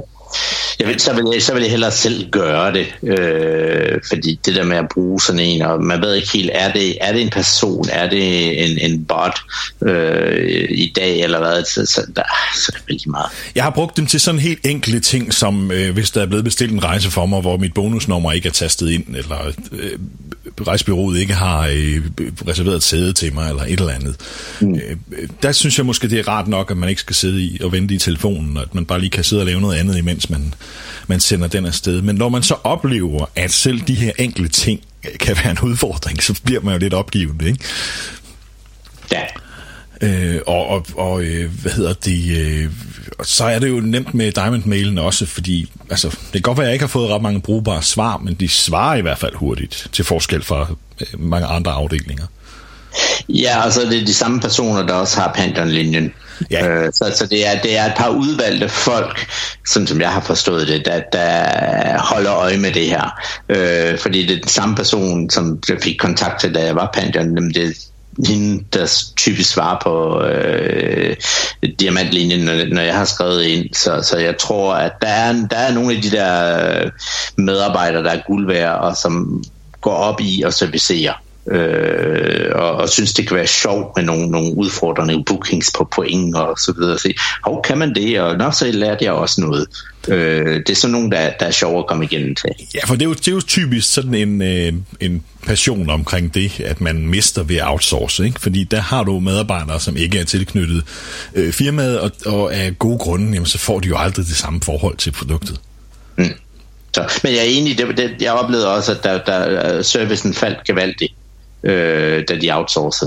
så vil jeg hellere selv gøre det, fordi det der med at bruge sådan en, og man ved ikke helt, er det en person, er det en bot i dag, eller hvad, så kan det blive meget. Jeg har brugt dem til sådan helt enkle ting, som hvis der er blevet bestilt en rejse for mig, hvor mit bonusnummer ikke er tastet ind, eller rejsebureauet ikke har reserveret et sæde til mig, eller et eller andet. Der synes jeg måske, det er rart nok, at man ikke skal sidde og vente i telefonen, og at man bare lige kan sidde og lave noget andet, imens man sender den afsted. Men når man så oplever, at selv de her enkle ting kan være en udfordring, så bliver man jo lidt opgivende, ikke? Ja. Hvad hedder det? Så er det jo nemt med Diamond-mailen også, fordi altså, det kan godt være, at jeg ikke har fået ret mange brugbare svar, men de svarer i hvert fald hurtigt, til forskel fra mange andre afdelinger. Ja, og så er det de samme personer, der også har Pantheon-linjen. Ja. Så det er et par udvalgte folk, sådan som jeg har forstået det, der holder øje med det her. Fordi det er den samme person, som jeg fik kontakt til, da jeg var Pantheon, det er hende, der typisk svarer på diamantlinjen, når jeg har skrevet ind. Så jeg tror, at der er nogle af de der medarbejdere, der er guld værd, og som går op i at servicere. Og synes det kan være sjovt med nogle udfordrende bookings på point og så videre. Så, kan man det? Og så lærte jeg også noget. Det er sådan nogle, der er sjovt at komme igennem til. Ja, for det er jo typisk sådan en passion omkring det, at man mister ved at outsource, ikke? Fordi der har du medarbejdere, som ikke er tilknyttet firmaet, og af gode grunde, jamen, så får de jo aldrig det samme forhold til produktet. Så, men jeg er enig, jeg oplevede også, at der servicen faldt gevaldigt, da de outsourcede.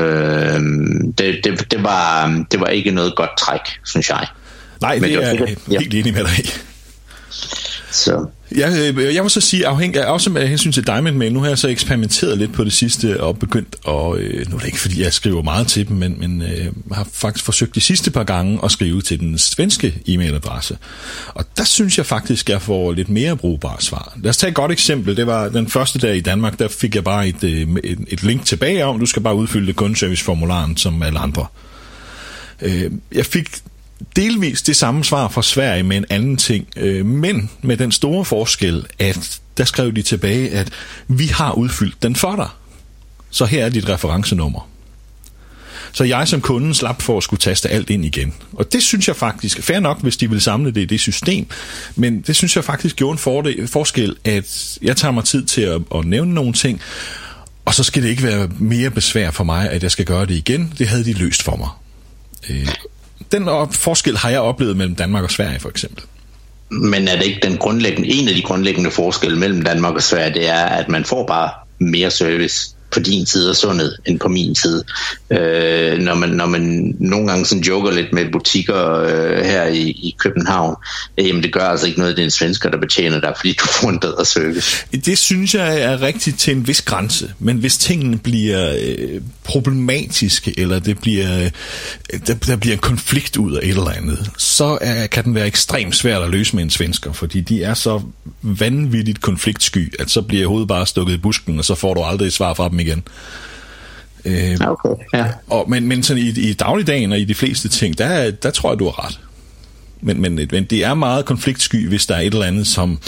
Det var ikke noget godt træk, synes jeg. Nej, det er helt enig med dig i. Så. Jeg må så sige, også med hensyn til Diamond Mail, nu har jeg så eksperimenteret lidt på det sidste og begyndt, og nu er det ikke fordi jeg skriver meget til dem, men har faktisk forsøgt de sidste par gange at skrive til den svenske e-mailadresse, og der synes jeg faktisk, jeg får lidt mere brugbare svar. Lad os tage et godt eksempel. Det var den første dag i Danmark, der fik jeg bare et link tilbage om, du skal bare udfylde kundeserviceformularen som alle andre. Jeg fik delvis det samme svar fra Sverige med en anden ting, men med den store forskel, at der skrev de tilbage, at vi har udfyldt den for dig. Så her er dit referencenummer. Så jeg som kunde slap for at skulle taste alt ind igen. Og det synes jeg faktisk, fair nok, hvis de vil samle det i det system, men det synes jeg faktisk gjorde en forskel, at jeg tager mig tid til at nævne nogle ting, og så skal det ikke være mere besvær for mig, at jeg skal gøre det igen. Det havde de løst for mig. Den forskel har jeg oplevet mellem Danmark og Sverige, for eksempel. Men er det ikke en af de grundlæggende forskelle mellem Danmark og Sverige, det er, at man får bare mere service på din side af sundet, end på min side. Når man nogle gange sådan joker lidt med butikker her i København, jamen det gør altså ikke noget, det er en svensker, der betjener dig, fordi du får en bedre service. Det synes jeg er rigtigt til en vis grænse, men hvis tingene bliver problematiske, eller der bliver en konflikt ud af et eller andet, så kan den være ekstremt svært at løse med en svensker, fordi de er så vanvittigt konfliktsky, at så bliver hovedet bare stukket i busken, og så får du aldrig et svar fra dem igen. Okay, ja. Men sådan i dagligdagen og i de fleste ting, der tror jeg, du har ret. Men det er meget konfliktsky, hvis der er et eller andet, som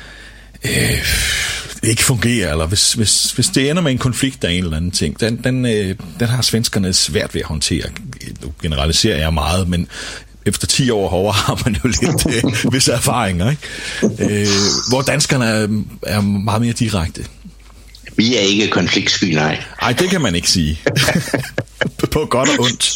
ikke fungerer, eller hvis det ender med en konflikt af en eller anden ting, den har svenskerne svært ved at håndtere. Nu generaliserer jeg meget, men efter 10 år herovre har man jo lidt visse erfaringer, ikke? Hvor danskerne er meget mere direkte. Vi er ikke konfliktsky, nej. Nej, det kan man ikke sige. På godt og ondt.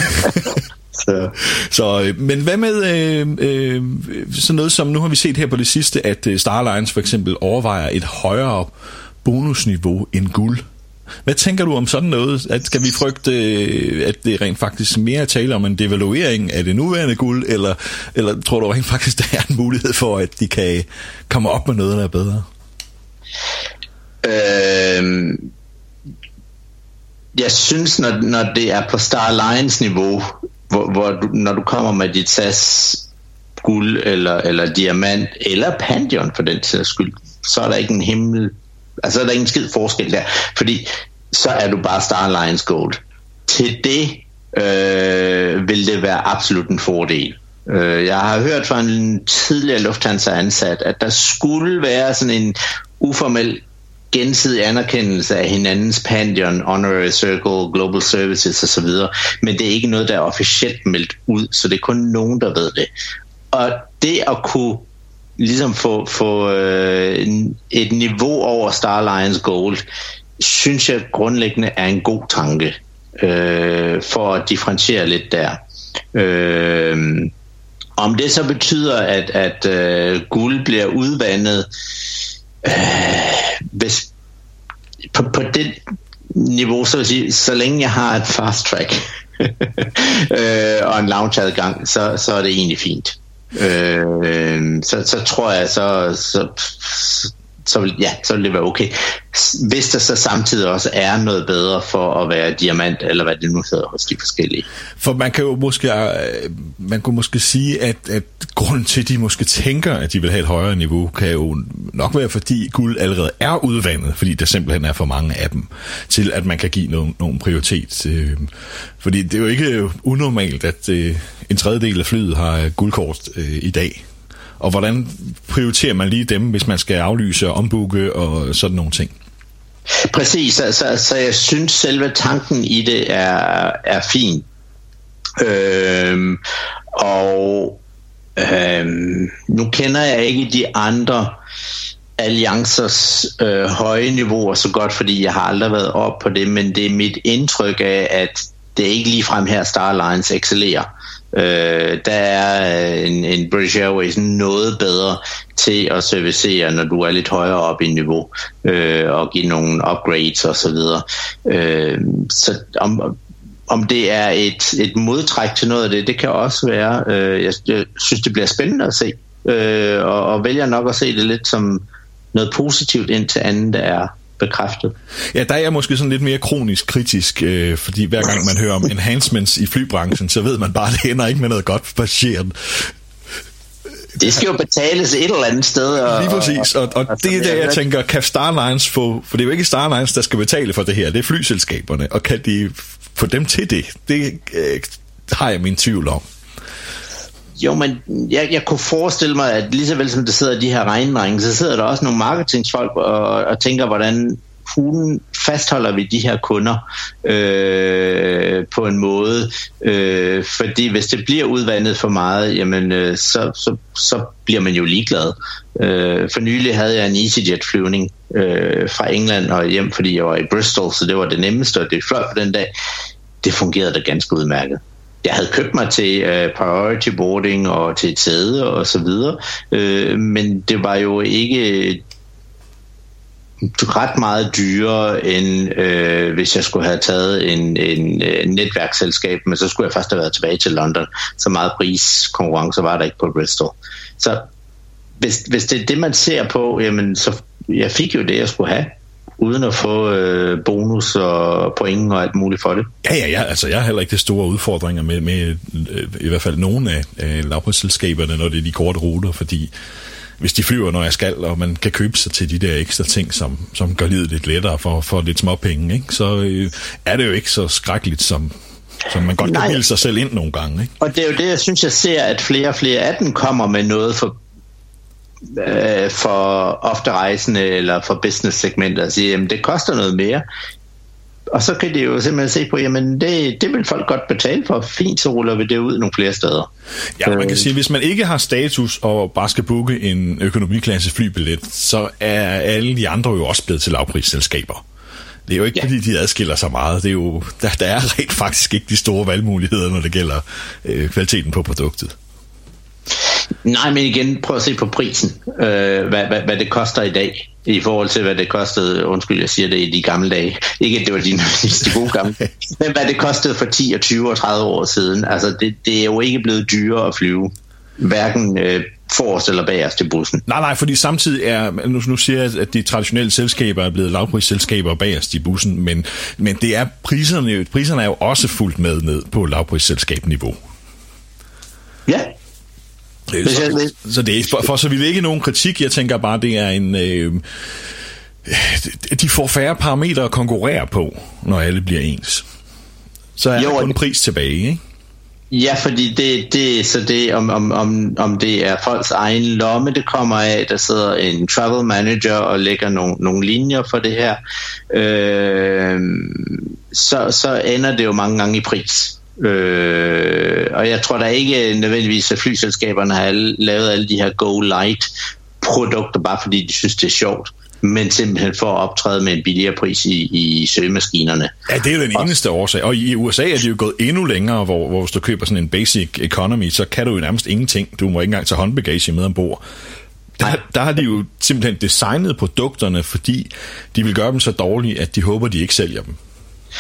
Så, men hvad med sådan noget som, nu har vi set her på det sidste, at Star Alliance for eksempel overvejer et højere bonusniveau end guld. Hvad tænker du om sådan noget? Skal vi frygte, at det rent faktisk mere tale om en devaluering af det nuværende guld, eller tror du rent faktisk, der er en mulighed for, at de kan komme op med noget, der er bedre? Jeg synes, når det er på Star Alliance niveau, når du kommer med dit SAS guld eller diamant eller Pantheon for den sags skyld, så er der ikke en himmel, altså er der ingen skid forskel der, fordi så er du bare Star Alliance Gold. Til det vil det være absolut en fordel. Jeg har hørt fra en tidligere Lufthansa-ansat, at der skulle være sådan en uformel gensidig anerkendelse af hinandens Pantheon, Honorary Circle, Global Services osv., men det er ikke noget, der er officielt meldt ud, så det er kun nogen, der ved det. Og det at kunne ligesom få et niveau over Star Alliance Gold, synes jeg grundlæggende er en god tanke for at differentiere lidt der. Om det så betyder, at guld bliver udvandet, hvis på det niveau, så vil sige, så længe jeg har et fast track og en lounge adgang, så er det egentlig fint. Så tror jeg, så vil det være okay. Hvis der så samtidig også er noget bedre for at være diamant, eller hvad det nu hedder hos de forskellige. For man kunne måske sige, at grunden til, at de måske tænker, at de vil have et højere niveau, kan jo nok være, fordi guld allerede er udvandet, fordi der simpelthen er for mange af dem, til at man kan give nogen prioritet. Fordi det er jo ikke unormalt, at en tredjedel af flyet har guldkort i dag. Og hvordan prioriterer man lige dem, hvis man skal aflyse og ombooke og sådan nogle ting? Præcis, så jeg synes selve tanken i det er fin. Nu kender jeg ikke de andre alliancers høje niveauer så godt, fordi jeg har aldrig været op på det, men det er mit indtryk af, at det ikke ligefrem her Star Alliance excellerer. Der er en British Airways noget bedre til at servicere, når du er lidt højere op i niveau, og give nogle upgrades og så videre. Så om det er et modtræk til noget af det kan også være. Jeg synes, det bliver spændende at se, og vælger nok at se det lidt som noget positivt indtil andet er bekræftet. Ja, der er jeg måske sådan lidt mere kronisk kritisk, fordi hver gang man hører om enhancements i flybranchen, så ved man bare, at det ender ikke med noget godt for passageren. Det skal jo betales et eller andet sted. Lige præcis, og det er der, jeg tænker, kan Star Alliance få, for det er jo ikke Star Alliance, der skal betale for det her, det er flyselskaberne, og kan de få dem til det? Det har jeg min tvivl om. Jo, men jeg kunne forestille mig, at lige så vel som der sidder de her regnedrenge, så sidder der også nogle marketingsfolk og tænker, hvordan hulen fastholder vi de her kunder på en måde. Fordi hvis det bliver udvandet for meget, jamen så bliver man jo ligeglad. For nylig havde jeg en EasyJet-flyvning fra England og hjem, fordi jeg var i Bristol, så det var det nemmeste, og det fløj på den dag. Det fungerede da ganske udmærket. Jeg havde købt mig til priority boarding og til et sæde og så videre, men det var jo ikke ret meget dyrere end hvis jeg skulle have taget en netværksselskab, men så skulle jeg først have været tilbage til London. Så meget priskonkurrence var der ikke på Bristol. Så hvis det er det, man ser på, jamen så jeg fik jo det, jeg skulle have, uden at få bonus og point og alt muligt for det. Ja, altså jeg har heller ikke de store udfordringer med i hvert fald nogle af lavprisselskaberne, når det er de korte ruter, fordi hvis de flyver, når jeg skal, og man kan købe sig til de der ekstra ting, som gør livet lidt lettere for lidt småpenge, ikke? Så er det jo ikke så skrækkeligt, som man godt kan bilde sig selv ind nogle gange. Ikke? Og det er jo det, jeg synes, jeg ser, at flere og flere af dem kommer med noget for ofte rejsende eller for business-segmenter og sige, jamen det koster noget mere. Og så kan de jo simpelthen se på, jamen det vil folk godt betale for. Fint, så ruller vi det ud nogle flere steder. Ja, man kan sige, hvis man ikke har status og bare skal booke en økonomiklasse flybillet, så er alle de andre jo også blevet til lavprisselskaber. Det er jo ikke, fordi de adskiller sig meget. Det er jo, der er rent faktisk ikke de store valgmuligheder, når det gælder kvaliteten på produktet. Nej, men igen, prøv at se på prisen. Hvad det koster i dag, i forhold til, hvad det kostede, undskyld, jeg siger det i de gamle dage. Ikke, at det var de gode gamle, men hvad det kostede for 10 og 20 og 30 år siden. Altså, det er jo ikke blevet dyrere at flyve. Hverken forrest eller bagerst til bussen. Nej, fordi samtidig nu siger jeg, at de traditionelle selskaber er blevet lavprisselskaber bagerst i bussen, men det er priserne er jo også fuldt med ned på lavprisselskabniveau. Ja. Så det er for så vidt ikke nogen kritik. Jeg tænker bare, det er en de får færre parametre at konkurrere på, når alle bliver ens. Så er der kun pris tilbage, ikke? Ja, fordi det om det er folks egen lomme, det kommer af, der sidder en travel manager og lægger nogle linjer for det her, så ender det jo mange gange i pris. Og jeg tror da ikke nødvendigvis, at flyselskaberne har lavet alle de her Go Light produkter, bare fordi de synes, det er sjovt, men simpelthen for at optræde med en billigere pris i søgemaskinerne. Ja, det er jo den eneste årsag. Og i USA er de jo gået endnu længere, hvor hvis du køber sådan en basic economy, så kan du jo nærmest ingenting. Du må ikke engang tage håndbagage med ombord. Der har de jo simpelthen designet produkterne, fordi de vil gøre dem så dårlige, at de håber, de ikke sælger dem.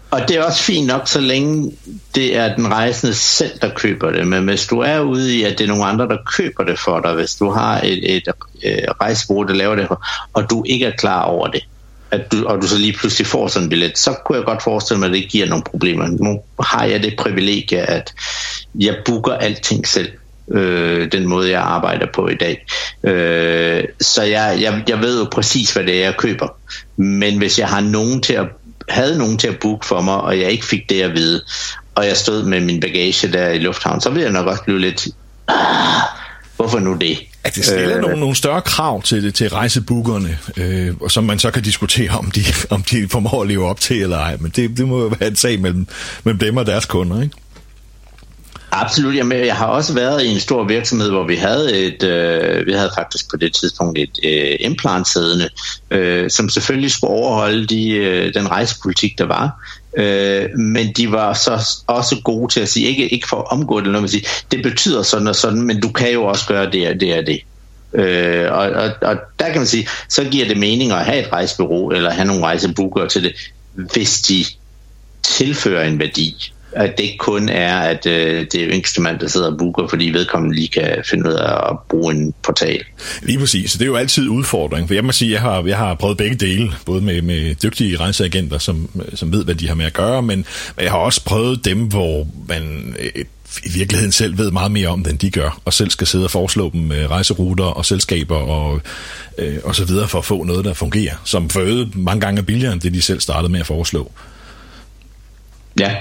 Og det er også fint nok, så længe det er den rejsende selv, der køber det. Men hvis du er ude i, at det er nogle andre, der køber det for dig, hvis du har et rejsebureau, der laver det for, og du ikke er klar over det, og du så lige pludselig får sådan en billet, så kunne jeg godt forestille mig, at det giver nogle problemer. Nu har jeg det privilegie, at jeg booker alting selv. Den måde, jeg arbejder på i dag. Så jeg ved jo præcis, hvad det er, jeg køber. Men hvis jeg havde nogen til at booke for mig, og jeg ikke fik det at vide, og jeg stod med min bagage der i lufthavnen, så ville jeg nok også blive lidt... Hvorfor nu det? At det stiller nogle større krav til rejsebookerne, som man så kan diskutere, om de formår at leve op til eller ej. Men det må jo være en sag mellem dem og deres kunder, ikke? Absolut. Jeg har også været i en stor virksomhed, hvor vi havde faktisk på det tidspunkt et implantsædende, som selvfølgelig skulle overholde den rejsepolitik, der var. Men de var så også gode til at sige, ikke for at omgå det, når man siger, det betyder sådan og sådan, men du kan jo også gøre det og det og det. Og der kan man sige, så giver det mening at have et rejsebureau eller have nogle rejsebookere til det, hvis de tilfører en værdi. At det ikke kun er, at det er yngste mand, der sidder og booker, fordi vedkommende lige kan finde ud af at bruge en portal. Lige præcis. Det er jo altid udfordring. For jeg må sige, jeg har prøvet begge dele, både med dygtige rejseagenter, som ved, hvad de har med at gøre, men jeg har også prøvet dem, hvor man i virkeligheden selv ved meget mere om, end de gør, og selv skal sidde og foreslå dem rejseruter og selskaber og så videre for at få noget, der fungerer, som for øvrigt mange gange er billigere end det, de selv startede med at foreslå. Ja.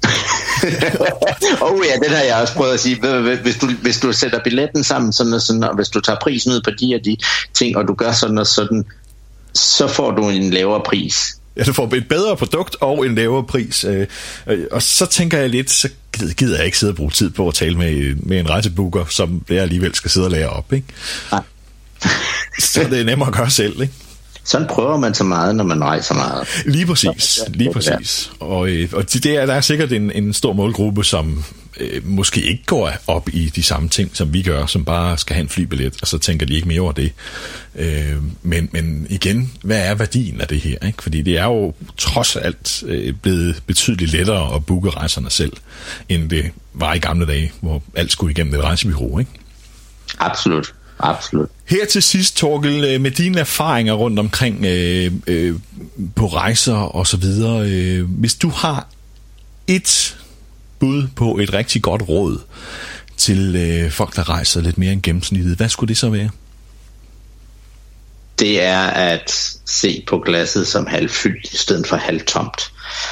Den har jeg også prøvet at sige. Hvis du sætter billetten sammen sådan og sådan, og hvis du tager prisen ud på de og de ting, og du gør sådan og sådan, så får du en lavere pris. Ja, du får et bedre produkt og en lavere pris. Og så tænker jeg lidt, så gider jeg ikke sidde og bruge tid på at tale med en rejsebooker, som jeg alligevel skal sidde og lære op, ikke? Nej. Så det er nemmere at gøre selv, ikke? Sådan prøver man så meget, når man rejser meget. Lige præcis. Og der er sikkert en stor målgruppe, som måske ikke går op i de samme ting, som vi gør, som bare skal have en flybillet, og så tænker de ikke mere over det. Men igen, hvad er værdien af det her? Ikke? Fordi det er jo trods alt blevet betydeligt lettere at booke rejserne selv, end det var i gamle dage, hvor alt skulle igennem et rejsebureau, ikke? Absolut. Her til sidst, Torkel, med dine erfaringer rundt omkring på rejser og så videre, hvis du har et bud på et rigtig godt råd til folk, der rejser lidt mere end gennemsnittet, hvad skulle det så være? Det er at se på glasset som halvfyldt i stedet for halvtomt.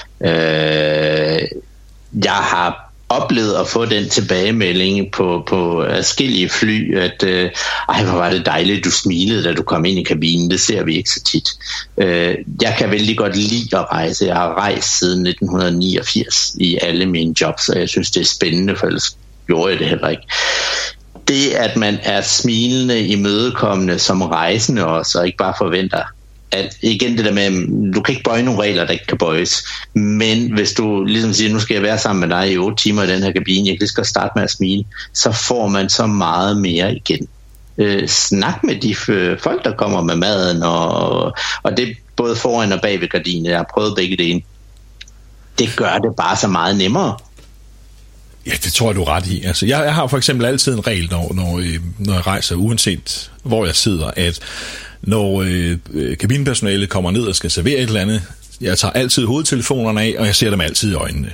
Jeg har oplevet at få den tilbagemelding på adskillige fly, at hvor var det dejligt, du smilede, da du kom ind i kabinen. Det ser vi ikke så tit. Jeg kan vældig godt lide at rejse. Jeg har rejst siden 1989 i alle mine jobs, og jeg synes, det er spændende, for ellers gjorde jeg det heller ikke. Det, at man er smilende, imødekommende som rejsende også, og ikke bare forventer at, igen det der med, du kan ikke bøje nogle regler, der ikke kan bøjes, men hvis du ligesom siger, nu skal jeg være sammen med dig i 8 timer i den her kabine, jeg skal starte med at smile, så får man så meget mere igen. Snak med de folk, der kommer med maden, og det både foran og bag ved gardinen. Jeg har prøvet begge dele. Det gør det bare så meget nemmere. Ja, det tror jeg, du er ret i. Altså, jeg har for eksempel altid en regel, når jeg rejser, uanset hvor jeg sidder, at når kabinpersonalet kommer ned og skal servere et eller andet, jeg tager altid hovedtelefonerne af, og jeg ser dem altid i øjnene.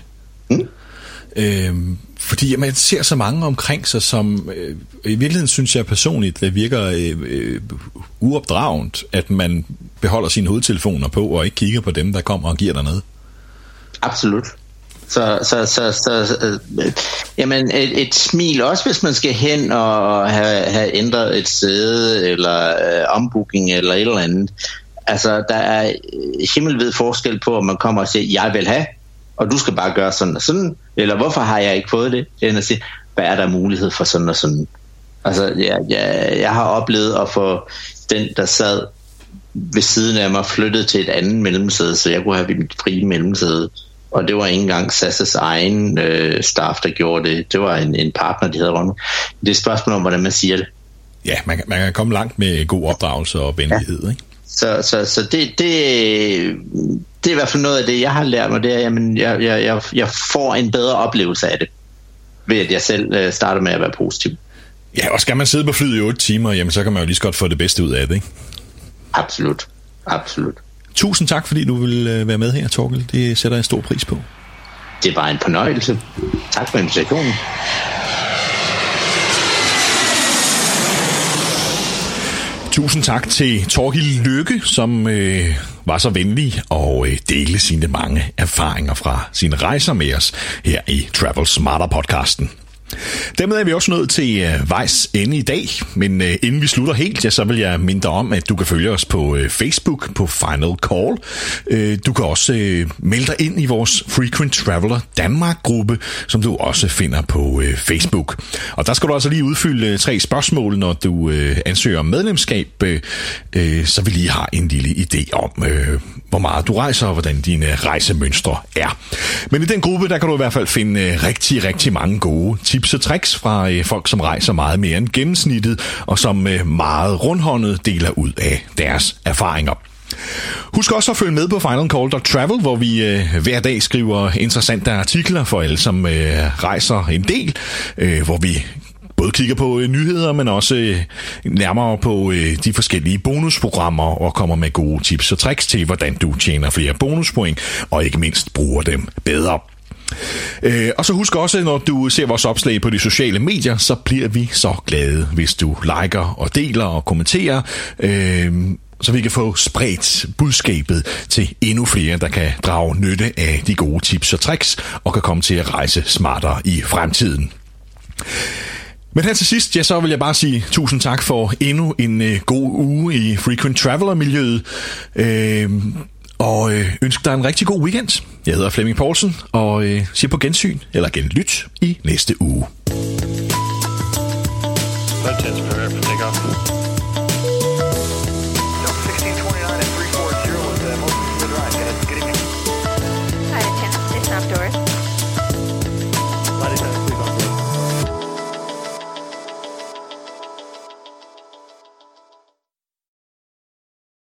Fordi man ser så mange omkring sig, som i virkeligheden synes jeg personligt, det virker uopdragent, at man beholder sine hovedtelefoner på, og ikke kigger på dem, der kommer og giver dig noget. Absolut. Jamen et smil, også hvis man skal hen og have ændret et sæde eller ombooking eller et eller andet. Altså der er himmelvid forskel på, om man kommer og siger, jeg vil have, og du skal bare gøre sådan og sådan, eller hvorfor har jeg ikke fået det, end at sige, hvad er der mulighed for sådan og sådan. Altså jeg har oplevet at få den, der sad ved siden af mig, flyttet til et andet mellemsæde, så jeg kunne have mit frie mellemsæde. Og det var ikke engang SAS' egen staff, der gjorde det. Det var en partner, de havde rundt. Det er et spørgsmål om, hvordan man siger det. Ja, man kan komme langt med god opdragelse og venlighed, ikke? Så det er i hvert fald noget af det, jeg har lært mig, det er, at jeg får en bedre oplevelse af det, ved at jeg selv starter med at være positiv. Ja, og skal man sidde på flyet i 8 timer, jamen så kan man jo lige så godt få det bedste ud af det, ikke? Absolut. Tusind tak, fordi du vil være med her, Torkel. Det sætter jeg stor pris på. Det er bare en fornøjelse. Tak for invitationen. Tusind tak til Torkild Lykke, som var så venlig og dele sine mange erfaringer fra sine rejser med os her i Travel Smarter podcasten. Dermed er vi også nået til vejs ende i dag, men inden vi slutter helt, ja, så vil jeg minde dig om, at du kan følge os på Facebook på Final Call. Du kan også melde dig ind i vores Frequent Traveler Danmark-gruppe, som du også finder på Facebook. Og der skal du altså lige udfylde 3 spørgsmål, når du ansøger om medlemskab, så vi lige har en lille idé om, hvor meget du rejser og hvordan dine rejsemønstre er. Men i den gruppe, der kan du i hvert fald finde rigtig, rigtig mange gode tips og tricks fra folk, som rejser meget mere end gennemsnittet, og som meget rundhåndet deler ud af deres erfaringer. Husk også at følge med på finalcall.travel, hvor vi hver dag skriver interessante artikler for alle, som rejser en del, hvor vi både kigger på nyheder, men også nærmere på de forskellige bonusprogrammer og kommer med gode tips og tricks til, hvordan du tjener flere bonuspoint og ikke mindst bruger dem bedre. Og så husk også, når du ser vores opslag på de sociale medier, så bliver vi så glade, hvis du liker og deler og kommenterer, så vi kan få spredt budskabet til endnu flere, der kan drage nytte af de gode tips og tricks og kan komme til at rejse smartere i fremtiden. Men her til sidst, ja, så vil jeg bare sige tusind tak for endnu en god uge i Frequent Traveler-miljøet. Og ønsker dig en rigtig god weekend. Jeg hedder Flemming Poulsen, og siger på gensyn, eller genlyt, i næste uge. Flight attendants prepare for takeoff.